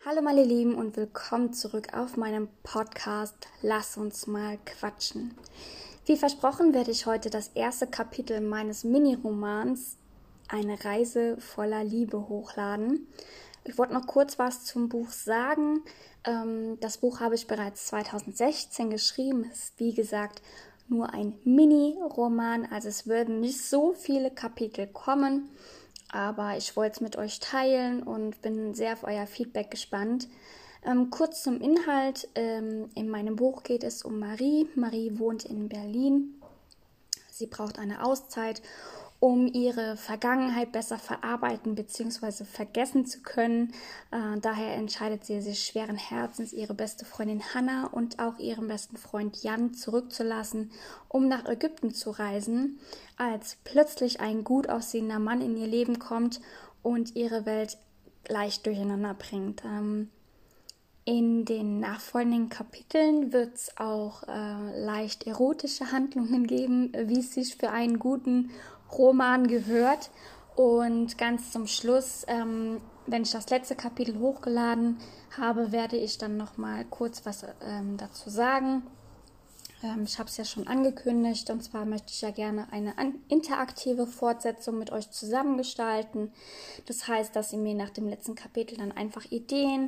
Hallo meine Lieben und willkommen zurück auf meinem Podcast Lass uns mal quatschen. Wie versprochen werde ich heute das erste Kapitel meines Mini-Romans Eine Reise voller Liebe hochladen. Ich wollte noch kurz was zum Buch sagen. Das Buch habe ich bereits 2016 geschrieben. Es ist wie gesagt nur ein Mini-Roman, also es würden nicht so viele Kapitel kommen. Aber ich wollte es mit euch teilen und bin sehr auf euer Feedback gespannt. Kurz zum Inhalt. In meinem Buch geht es um Marie. Marie wohnt in Berlin. Sie braucht eine Auszeit, um ihre Vergangenheit besser verarbeiten bzw. vergessen zu können. Daher entscheidet sie sich schweren Herzens, ihre beste Freundin Hannah und auch ihren besten Freund Jan zurückzulassen, um nach Ägypten zu reisen, als plötzlich ein gut aussehender Mann in ihr Leben kommt und ihre Welt leicht durcheinander bringt. In den nachfolgenden Kapiteln wird es auch leicht erotische Handlungen geben, wie es sich für einen guten Roman gehört. Und ganz zum Schluss, wenn ich das letzte Kapitel hochgeladen habe, werde ich dann nochmal kurz was dazu sagen. Ich habe es ja schon angekündigt, und zwar möchte ich ja gerne eine interaktive Fortsetzung mit euch zusammengestalten. Das heißt, dass ihr mir nach dem letzten Kapitel dann einfach Ideen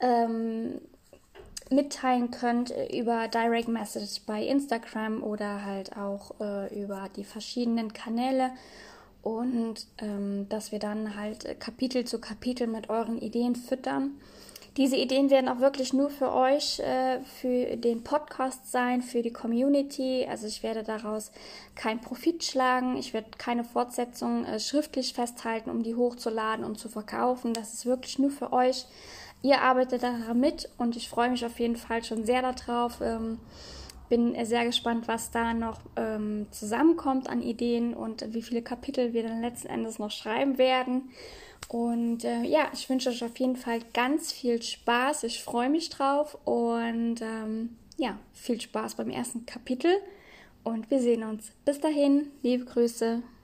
mitteilen könnt über Direct Message bei Instagram oder halt auch über die verschiedenen Kanäle und dass wir dann halt Kapitel zu Kapitel mit euren Ideen füttern. Diese Ideen werden auch wirklich nur für euch, für den Podcast sein, für die Community. Also ich werde daraus keinen Profit schlagen. Ich werde keine Fortsetzung schriftlich festhalten, um die hochzuladen und zu verkaufen. Das ist wirklich nur für euch. Ihr arbeitet daran mit und ich freue mich auf jeden Fall schon sehr darauf. Bin sehr gespannt, was da noch zusammenkommt an Ideen und wie viele Kapitel wir dann letzten Endes noch schreiben werden. Und ich wünsche euch auf jeden Fall ganz viel Spaß. Ich freue mich drauf und viel Spaß beim ersten Kapitel. Und wir sehen uns. Bis dahin, liebe Grüße.